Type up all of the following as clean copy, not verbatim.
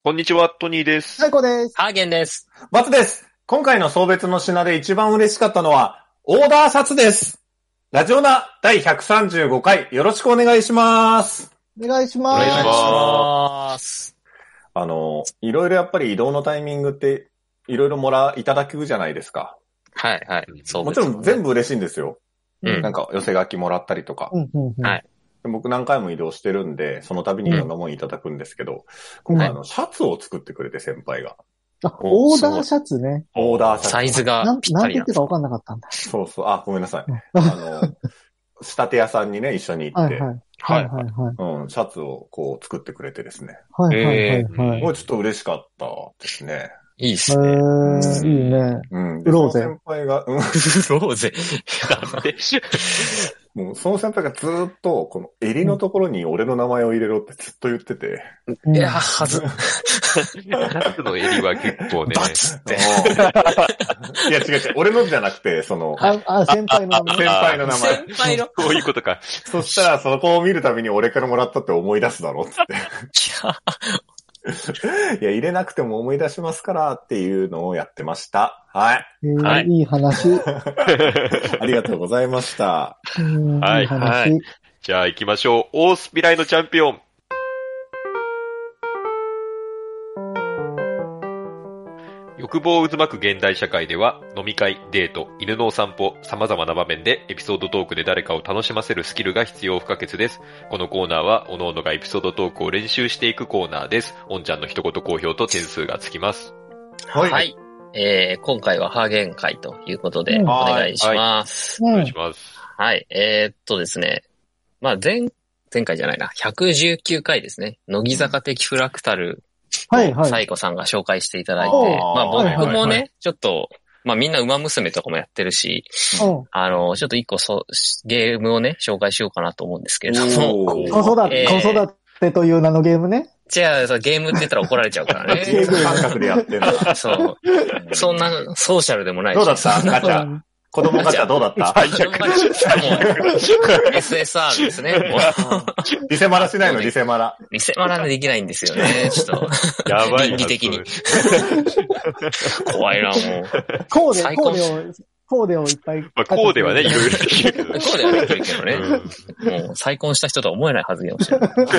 こんにちは、トニーです。 最高です。 ハーゲンです。 バツです。今回の送別の品で一番嬉しかったのは、オーダーシャツです。ラジオナ第135回、よろしくお願いします。 お願いします。 お願いします。 いろいろやっぱり移動のタイミングって、いろいろいただくじゃないですか。 はいはい。そうもちですね。 ろん全部嬉しいんですよ。 うん。 なんか寄せ書きもらったりとか。 はい。 僕何回も移動してるんで、その度にいろんなものいただくんですけど、今回シャツを作ってくれて先輩が。 オーダーシャツね。 オーダーシャツ。 サイズがなんてぴったり言ってたか分かんなかったんだ。 そうそう。あ、ごめんなさい。仕立て屋さんにね、一緒に行って、 はい。 シャツをこう作ってくれてですね。 はい。 もうちょっと嬉しかったですね。 いいっすね。 いいね。 うん。 売ろうぜ。 その先輩が、 売ろうぜ。なんでもうその先輩がずーっと、この襟のところに俺の名前を入れろってずっと言ってて。 いや、はず。 シャツの襟は結構ね。 バツって。 いや違う。俺のじゃなくて、 先輩の名前。 先輩の名前。 先輩の。 そういうことか。 そしたらそこを見るたびに俺からもらったって思い出すだろうって。いや、入れなくても思い出しますからっていうのをやってました。はい。 いい話。 ありがとうございました。 はいいい話。 じゃあ行きましょう。オースピライのチャンピオン。欲望渦巻く現代社会では、飲み会、デート、犬のお散歩、様々な場面でエピソードトークで誰かを楽しませるスキルが必要不可欠です。このコーナーは、各々がエピソードトークを練習していくコーナーです。おんちゃんの一言好評と点数がつきます。 はい。今回はハーゲン会ということで、お願いします。 お願いします。 はい。ですね。まあ、前回じゃないな。119回ですね。乃木坂的フラクタル。サイコさんが紹介していただいて、まあ僕もね、ちょっと、まあみんな馬娘とかもやってるし、ちょっと一個ゲームをね、紹介しようかなと思うんですけれども。 子育てという名のゲームね。 じゃあ、ゲームって言ったら怒られちゃうからね。 ゲーム感覚でやってるの。 そう。そんなソーシャルでもないし。 どうだったガチャ。子供ガチャどうだった最悪。もう SSR ですね。もうリセマラしないのリセマラ。 リセマラできないんですよね。ちょっと。 やばい。 倫理的に。怖いな、もう。 コーデをいっぱい。 まあ、コーデはね、いろいろできるけど。 コーデはできるけどね。もう、再婚した人とは思えない発言をしてる。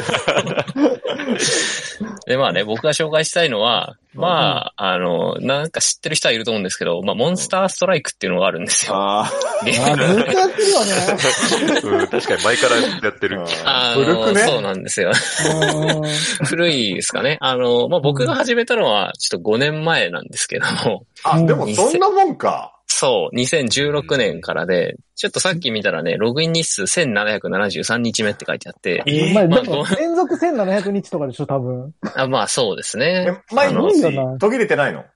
で、まあね、僕が紹介したいのは、まあ、なんか知ってる人はいると思うんですけど、まあ、モンスターストライクっていうのがあるんですよ。 ずっとやってるよね。 確かに前からやってる。 古くね。 そうなんですよ。古いですかね。まあ、僕が始めたのは、ちょっと5年前なんですけども。 でもそんなもんか。 そう、2016年からで、ちょっとさっき見たらね、ログイン日数1773日目って書いてあって。 連続1700日とかでしょ、多分。 まあそうですね。 毎日途切れてないの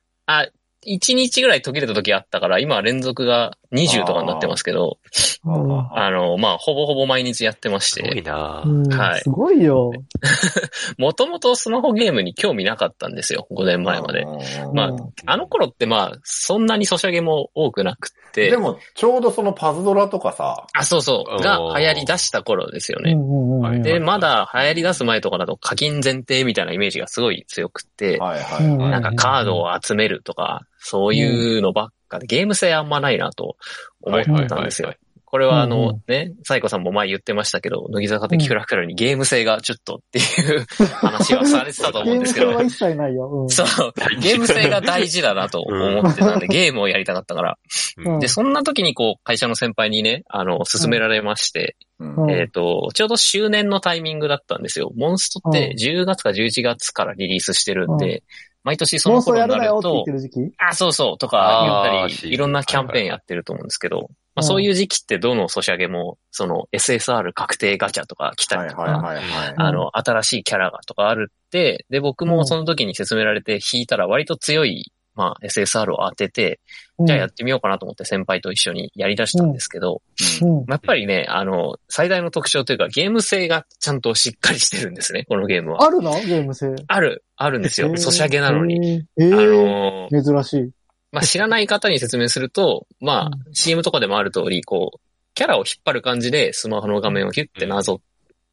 1日ぐらい途切れた時あったから、今は連続が20とかになってますけど、まあ、ほぼほぼ毎日やってまして。 すごいなはい。 すごいよ。 もともとスマホゲームに興味なかったんですよ、5年前まで。まあ、あの頃ってまあ、そんなにソシャゲも多くなくって。 でも、ちょうどそのパズドラとかさ。 そうそう、が流行り出した頃ですよね。で、まだ流行り出す前とかだと課金前提みたいなイメージがすごい強くって、なんかカードを集めるとか、そういうのばっかで、ゲーム性あんまないなと思ったんですよ。これはね、サイコさんも前言ってましたけど、乃木坂的フラクタルにゲーム性がちょっとっていう話はされてたと思うんですけど。 ゲーム性は一切ないよ。 そう。ゲーム性が大事だなと思ってたんで、ゲームをやりたかったから。で、そんな時にこう、会社の先輩にね、勧められまして、ちょうど周年のタイミングだったんですよ。モンストって10月か11月からリリースしてるんで、毎年その頃になると、そうそうとか言ったり、いろんなキャンペーンやってると思うんですけど、まあそういう時期ってどのソシャゲも、その SSR 確定ガチャとか来たりとか、新しいキャラがとかあるって、で、僕もその時に勧められて引いたら割と強い、まあ SSR を当てて、じゃあやってみようかなと思って先輩と一緒にやり出したんですけど、やっぱりね、最大の特徴というかゲーム性がちゃんとしっかりしてるんですね、このゲームは。 あるのゲーム性。 あるんですよ。ソシャゲなのに。 珍しい。 まあ知らない方に説明すると、まあ CM とかでもある通り、こう、キャラを引っ張る感じでスマホの画面をヒュッてなぞっ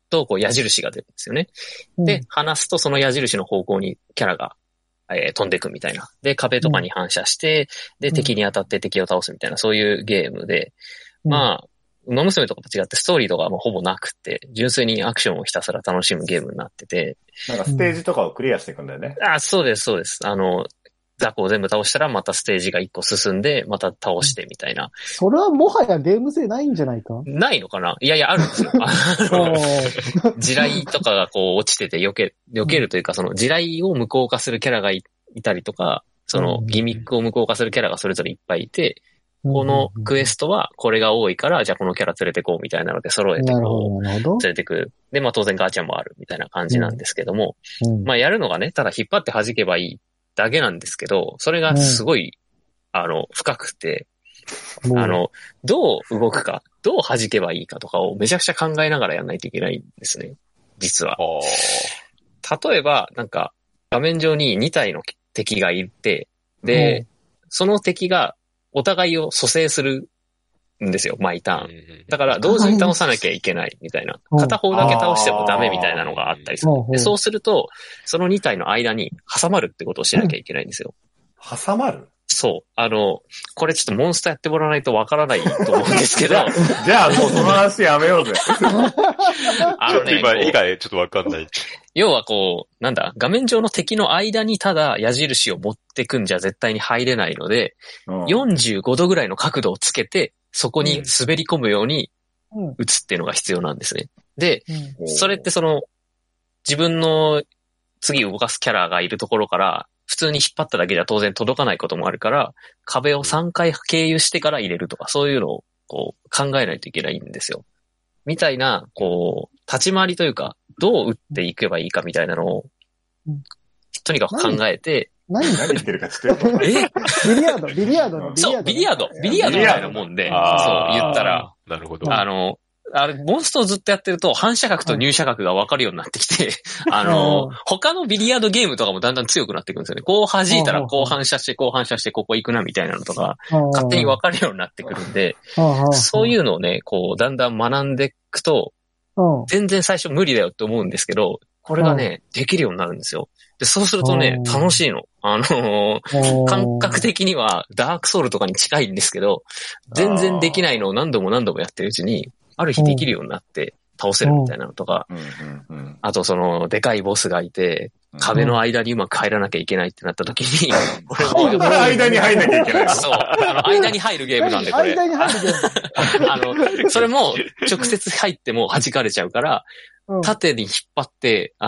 とこう矢印が出るんですよね。で、離すとその矢印の方向にキャラが、飛んでいくみたいな。で、壁とかに反射して、で、敵に当たって敵を倒すみたいな、そういうゲームで、まあ、馬娘とかと違ってストーリーとかもほぼなくて、純粋にアクションをひたすら楽しむゲームになってて。 なんかステージとかをクリアしていくんだよね。 そうです、そうです。雑魚を全部倒したらまたステージが一個進んで、また倒してみたいな。 それはもはやゲーム性ないんじゃないか？ ないのかな？いやいや、あるんですよ。地雷とかがこう落ちてて避けるというか、その地雷を無効化するキャラがいたりとか、そのギミックを無効化するキャラがそれぞれいっぱいいて、このクエストはこれが多いから、じゃあこのキャラ連れてこうみたいなので揃えてこう、連れてく。で、まあ当然ガチャもあるみたいな感じなんですけども、まあやるのがね、ただ引っ張って弾けばいいだけなんですけど、それがすごい、深くて、どう動くか、どう弾けばいいかとかをめちゃくちゃ考えながらやらないといけないんですね。実は。例えば、なんか、画面上に2体の敵がいて、で、その敵がお互いを蘇生するんですよ、毎ターン。だから、同時に倒さなきゃいけないみたいな。片方だけ倒してもダメみたいなのがあったりする。で、そうすると、その2体の間に挟まるってことをしなきゃいけないんですよ。 挟まる？ そう。これちょっとモンスターやってもらわないとわからないと思うんですけど。 じゃあもうその話やめようぜ。 今、以外ちょっとわかんない。 要はこう、画面上の敵の間にただ矢印を持ってくんじゃ絶対に入れないので、45度ぐらいの角度をつけて、そこに滑り込むように打つっていうのが必要なんですね。で、それって自分の次動かすキャラがいるところから、普通に引っ張っただけじゃ当然届かないこともあるから、壁を3回経由してから入れるとか、そういうのをこう考えないといけないんですよ。みたいな、こう、立ち回りというか、どう打っていけばいいかみたいなのを、とにかく考えて、 何言ってるかちょっと。 ビリヤードそう、ビリヤードみたいなもんで、そう、言ったら、 なるほど。 モンストをずっとやってると、反射角と入射角が分かるようになってきて、他のビリヤードゲームとかもだんだん強くなっていくんですよね。こう弾いたら、こう反射して、ここ行くなみたいなのとか、勝手に分かるようになってくるんで、そういうのをね、こう、だんだん学んでいくと、全然最初無理だよって思うんですけど、これがね、できるようになるんですよ。で、そうするとね、楽しいの。感覚的にはダークソウルとかに近いんですけど、全然できないのを何度もやってるうちに、ある日できるようになって倒せるみたいなのとか、あとでかいボスがいて、壁の間にうまく入らなきゃいけないってなった時に、 これ間に入んなきゃいけないの？ そう。間に入るゲームなんで、これ。 間に入るゲーム。それも直接入っても弾かれちゃうから、縦に引っ張って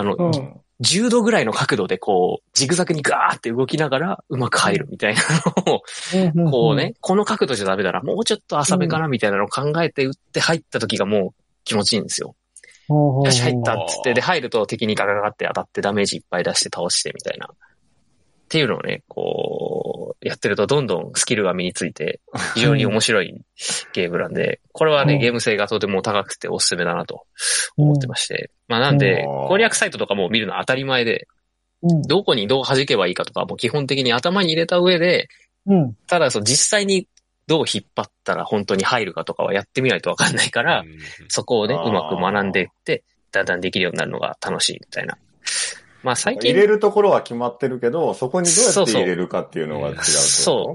、10度ぐらいの角度でこう、ジグザグにガーって動きながらうまく入るみたいなのを、こうね、この角度じゃダメだな、もうちょっと浅めかなみたいなのを考えて打って入った時がもう気持ちいいんですよ。よし、入ったっつって、で、入ると敵にガガガって当たってダメージいっぱい出して倒してみたいな。っていうのをね、こう、やってるとどんどんスキルが身について、非常に面白いゲームなんで、これはね、ゲーム性がとても高くておすすめだなと思ってまして。まあなんで、攻略サイトとかも見るのは当たり前で、どこにどう弾けばいいかとかも基本的に頭に入れた上で、ただ実際にどう引っ張ったら本当に入るかとかはやってみないとわかんないから、そこをね、うまく学んでいって、だんだんできるようになるのが楽しいみたいな。まあ最近。 入れるところは決まってるけど、そこにどうやって入れるかっていうのが違う。 そう。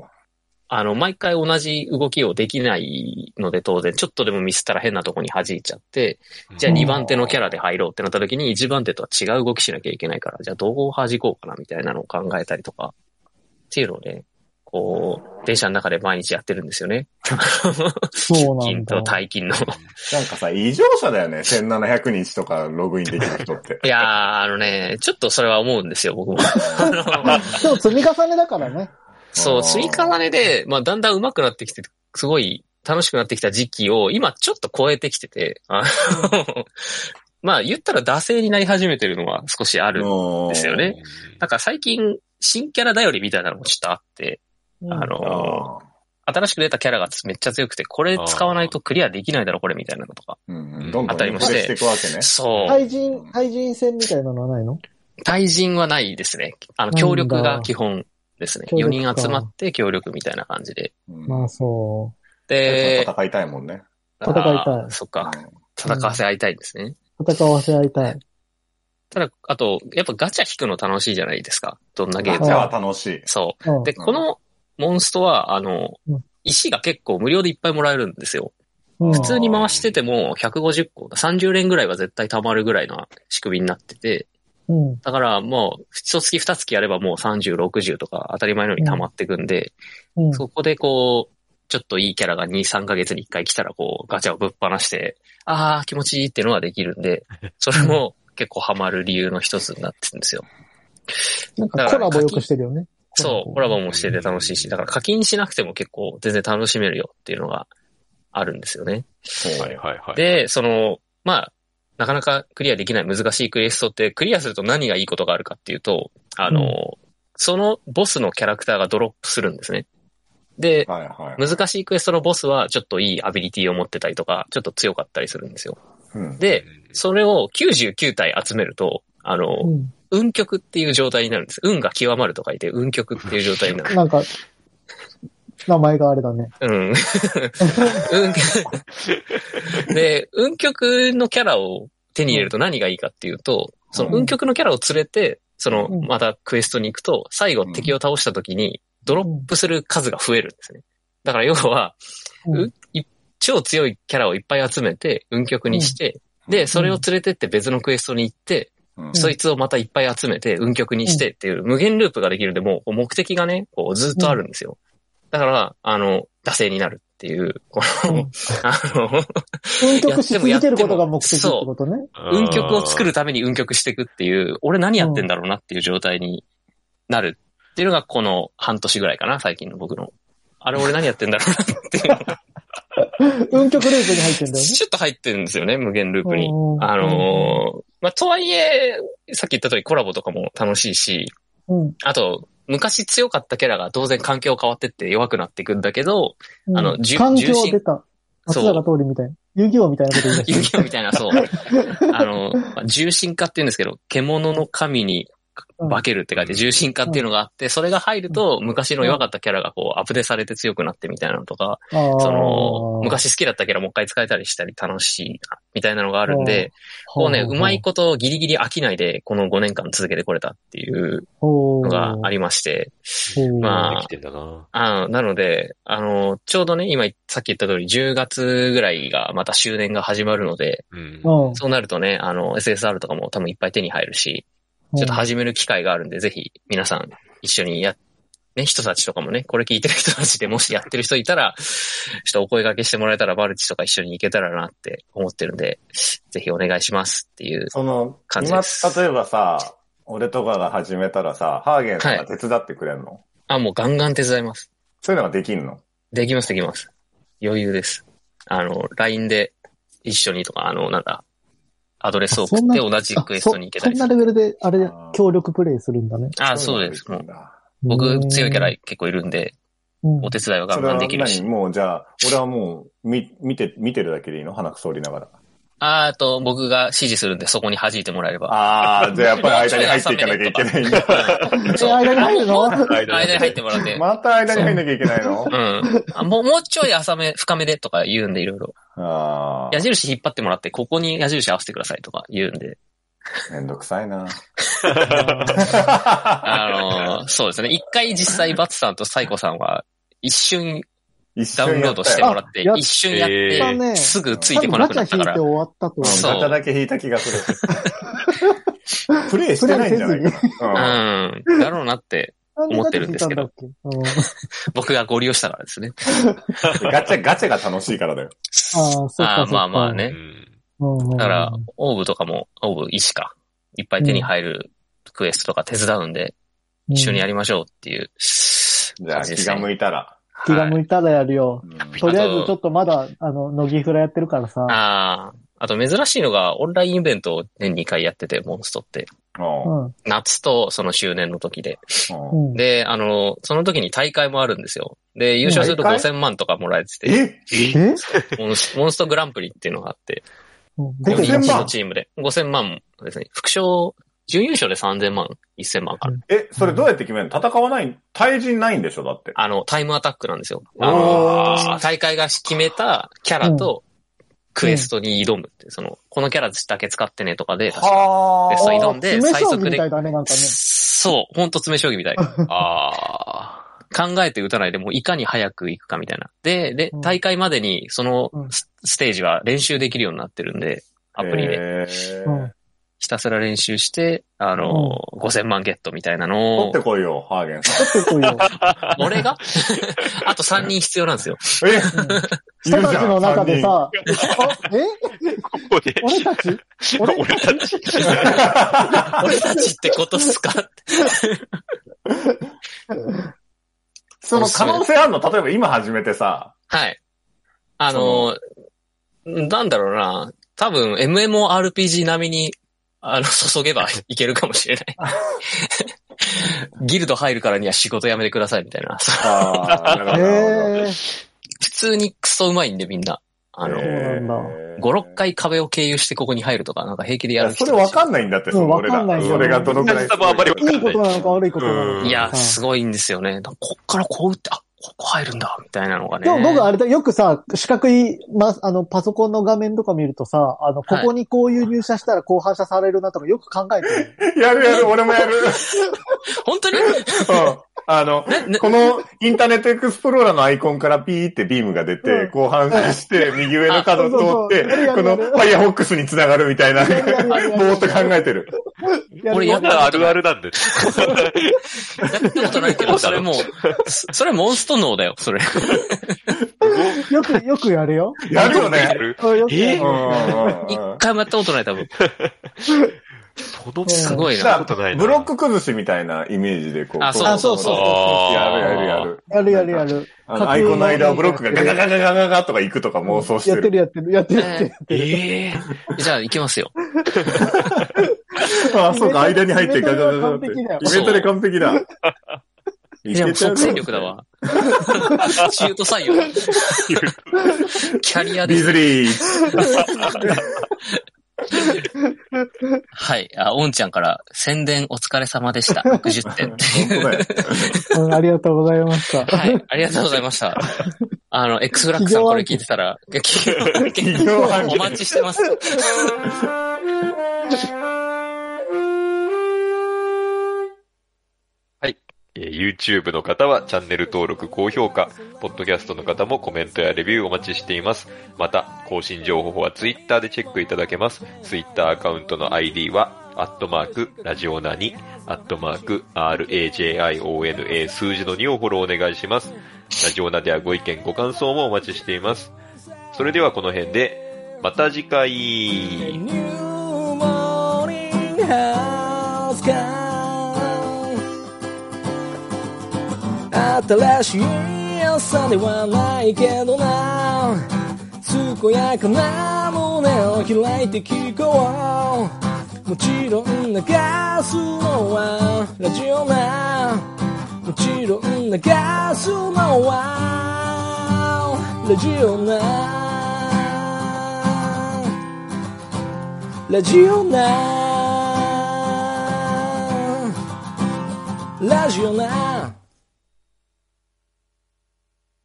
毎回同じ動きをできないので当然、ちょっとでもミスったら変なとこに弾いちゃって、じゃあ2番手のキャラで入ろうってなった時に1番手とは違う動きしなきゃいけないから、じゃあどう弾こうかなみたいなのを考えたりとか、っていうのをね、こう、電車の中で毎日やってるんですよね。 そうなんだ。 筋と体筋の。なんかさ、異常者だよね。1700日とかログインできる人って。 いやー、ちょっとそれは思うんですよ、僕も。 でも積み重ねだからね。 そう、積み重ねで、まあだんだん上手くなってきて、すごい楽しくなってきた時期を今ちょっと超えてきてて、まあ言ったら惰性になり始めてるのは少しあるんですよね。なんか最近新キャラ頼りみたいなのもちょっとあって、新しく出たキャラがめっちゃ強くて、これ使わないとクリアできないだろ、これみたいなのとか。あったりもして。そう。 対人戦みたいなのはないの？ 対人はないですね。協力が基本ですね。4人集まって協力みたいな感じで。 まあそう。 で、 戦いたいもんね。 戦いたい。 そっか。戦わせ合いたいですね。 戦わせ合いたい。 ただ、あと、やっぱガチャ引くの楽しいじゃないですか。どんなゲームガチャは楽しい。 そう。で、このモンストは、石が結構無料でいっぱいもらえるんですよ。普通に回してても150個、30連ぐらいは絶対溜まるぐらいの仕組みになってて、だからもう、一月二月やればもう30、60とか当たり前のように溜まってくんで、そこでこう、ちょっといいキャラが2、3ヶ月に1回来たらこう、ガチャをぶっ放して、気持ちいいっていうのができるんで、それも結構ハマる理由の一つになってるんですよ。 なんかコラボよくしてるよね。 そう、コラボもしてて楽しいし、だから課金しなくても結構全然楽しめるよっていうのがあるんですよね。 はいはいはい。 で、なかなかクリアできない難しいクエストってクリアすると何がいいことがあるかっていうと、そのボスのキャラクターがドロップするんですね。で、難しいクエストのボスはちょっといいアビリティを持ってたりとか、ちょっと強かったりするんですよ。で、それを99体集めると、運極っていう状態になるんです。運が極まると書いて、運極っていう状態になる。 なんか、名前があれだね。 で、運極のキャラを手に入れると何がいいかっていうと、その運極のキャラを連れて、またクエストに行くと、最後敵を倒した時に、ドロップする数が増えるんですね。だから要は、超強いキャラをいっぱい集めて、運極にして、で、それを連れてって別のクエストに行って、そいつをまたいっぱい集めて、運極にしてっていう無限ループができるんで、もう目的がね、こうずっとあるんですよ。だから、惰性になるっていう、 運極し続けることが目的ってことね。 運極を作るために運極していくっていう、俺何やってんだろうなっていう状態になるっていうのがこの半年ぐらいかな、最近の僕の。あれ俺何やってんだろうなっていう。 運極ループに入ってんだよね。 ちょっと入ってるんですよね、無限ループに。とはいえ、さっき言った通りコラボとかも楽しいし、あと、昔強かったキャラが当然環境変わってって弱くなっていくんだけど、 環境出た。松坂通りみたいな。遊戯王みたいなこと言い出して。 遊戯王みたいな、そう。重心化って言うんですけど、獣の神に化けるって書いて重心化っていうのがあって、それが入ると昔の弱かったキャラがこうアップデートされて強くなってみたいなのとか、昔好きだったキャラもう一回使えたりしたり楽しいみたいなのがあるんで、こうね、うまいことギリギリ飽きないでこの5年間続けてこれたっていうのがありまして、なので、ちょうどね、今さっき言った通り10月ぐらいがまた周年が始まるので、そうなるとね、SSR とかも多分いっぱい手に入るし、ちょっと始める機会があるんで、ぜひ皆さん一緒に人たちとかもね、これ聞いてる人たちでもしやってる人いたら、ちょっとお声掛けしてもらえたらバルチとか一緒に行けたらなって思ってるんで、ぜひお願いしますっていう感じです。 今例えばさ、俺とかが始めたらさ、ハーゲンさんが手伝ってくれるの？ もうガンガン手伝います。 そういうのができんの？ できます。余裕です。LINE で一緒にとか、アドレスを送って同じクエストに行けたりする。 そんなレベルで、協力プレイするんだね。 そうです。もう僕、強いキャラ結構いるんで、お手伝いはガンガンできるし。 もうじゃあ、俺はもう、見てるだけでいいの？鼻くそ折りながら。 僕が指示するんで、そこに弾いてもらえれば。 じゃあやっぱり間に入っていかなきゃいけないんだ。 間に入るの？ 間に入ってもらって。 また間に入んなきゃいけないの？ もうちょい深めでとか言うんで、いろいろ。矢印引っ張ってもらって、ここに矢印合わせてくださいとか言うんで。 めんどくさいな。 そうですね。一回実際バツさんとサイコさんは一瞬ダウンロードしてもらって、一瞬やって、すぐついてこなくなったから。 ガチャ引いて終わったと。 ガチャだけ引いた気がする。プレイしてないんじゃないかな。 だろうなって思ってるんですけど。僕がご利用したからですね。 ガチャが楽しいからだよ。 まあね。だから、オーブとかも、石か。いっぱい手に入るクエストとか手伝うんで、一緒にやりましょうっていう。 じゃあ、気が向いたら。 気が向いたらやるよ。とりあえずちょっとまだ、乃木フラやってるからさ。 あと珍しいのが、オンラインイベントを年2回やってて、モンストって。夏とその周年の時で。で、その時に大会もあるんですよ。で、優勝すると5000万とかもらえてて。モンストグランプリっていうのがあって。5人のチームで。5000万ですね。副賞、準優勝で3000万、1000万かな。 それどうやって決めるの？戦わない、対人ないんでしょだって。 タイムアタックなんですよ。大会が決めたキャラと、 クエストに挑むって、このキャラだけ使ってねとかで、クエはスト挑んで、 最速で。みたいだね、なんかね。 そう、ほんと詰将棋みたい。考えて打たないでもういかに早く行くかみたいな。で、大会までにそのステージは練習できるようになってるんで、アプリで。ひたすら練習して、5000万ゲットみたいなのを。 取ってこいよ、ハーゲンさん。 取ってこいよ。 俺があと3人必要なんですよ。 人たちの中でさ、 ここで俺たち俺たちってことっすかその可能性あるの？例えば今始めてさ。 はい。なんだろうな。多分 MMORPG 並みに、注げばいけるかもしれない。ギルド入るからには仕事辞めてくださいみたいな。普通にクソうまいんでみんな。5、6回壁を経由してここに入るとか、なんか平気でやる人。 それわかんないんだって、 わかんないよ。 それがどのくらい。 いいことなのか悪いことなのか。 いや、すごいんですよね。こっからこう打って、ここ入るんだ、みたいなのがね。 でも僕あれだ、よくさ、四角い、パソコンの画面とか見るとさ、ここにこういう入射したらこう反射されるなとかよく考えてる。やる、俺もやる。 本当に？ このインターネットエクスプローラーのアイコンからピーってビームが出て、こう反射して右上の角通って、このファイヤーフォックスに繋がるみたいな、ぼーっと考えてる。 俺やったあるあるなんで。 やったことないけど、それもう、それモンスト脳だよ、それ。 よくやるよ。 やるよね。 一回もやったことない、多分。すごいな。 ブロック崩しみたいなイメージでこう。 そう。 やる。アイコンの間をブロックがガガガガガガガとか行くとか妄想してる。 やってる。 じゃあ行きますよ。 そうか、間に入ってガガガガって。イベントで完璧だ。 いや、即戦力だわ。中途採用。キャリアで。 ビズリー。 はい。オンちゃんから宣伝お疲れ様でした。60点。 ありがとうございました。 はい。ありがとうございました。X フラッグさんこれ聞いてたら、お待ちしてます。 YouTube の方はチャンネル登録、高評価、ポッドキャストの方もコメントやレビューお待ちしています。また、更新情報は Twitter でチェックいただけます。Twitter アカウントの ID は、ラジオナに、RAJIONA 数字の2をフォローお願いします。ラジオナではご意見、ご感想もお待ちしています。それではこの辺で、また次回。 新しい朝ではないけどな、健やかな胸を開いて聞こう。もちろん流すのはラジオな、もちろん流すのはラジオな、ラジオな、ラジオな。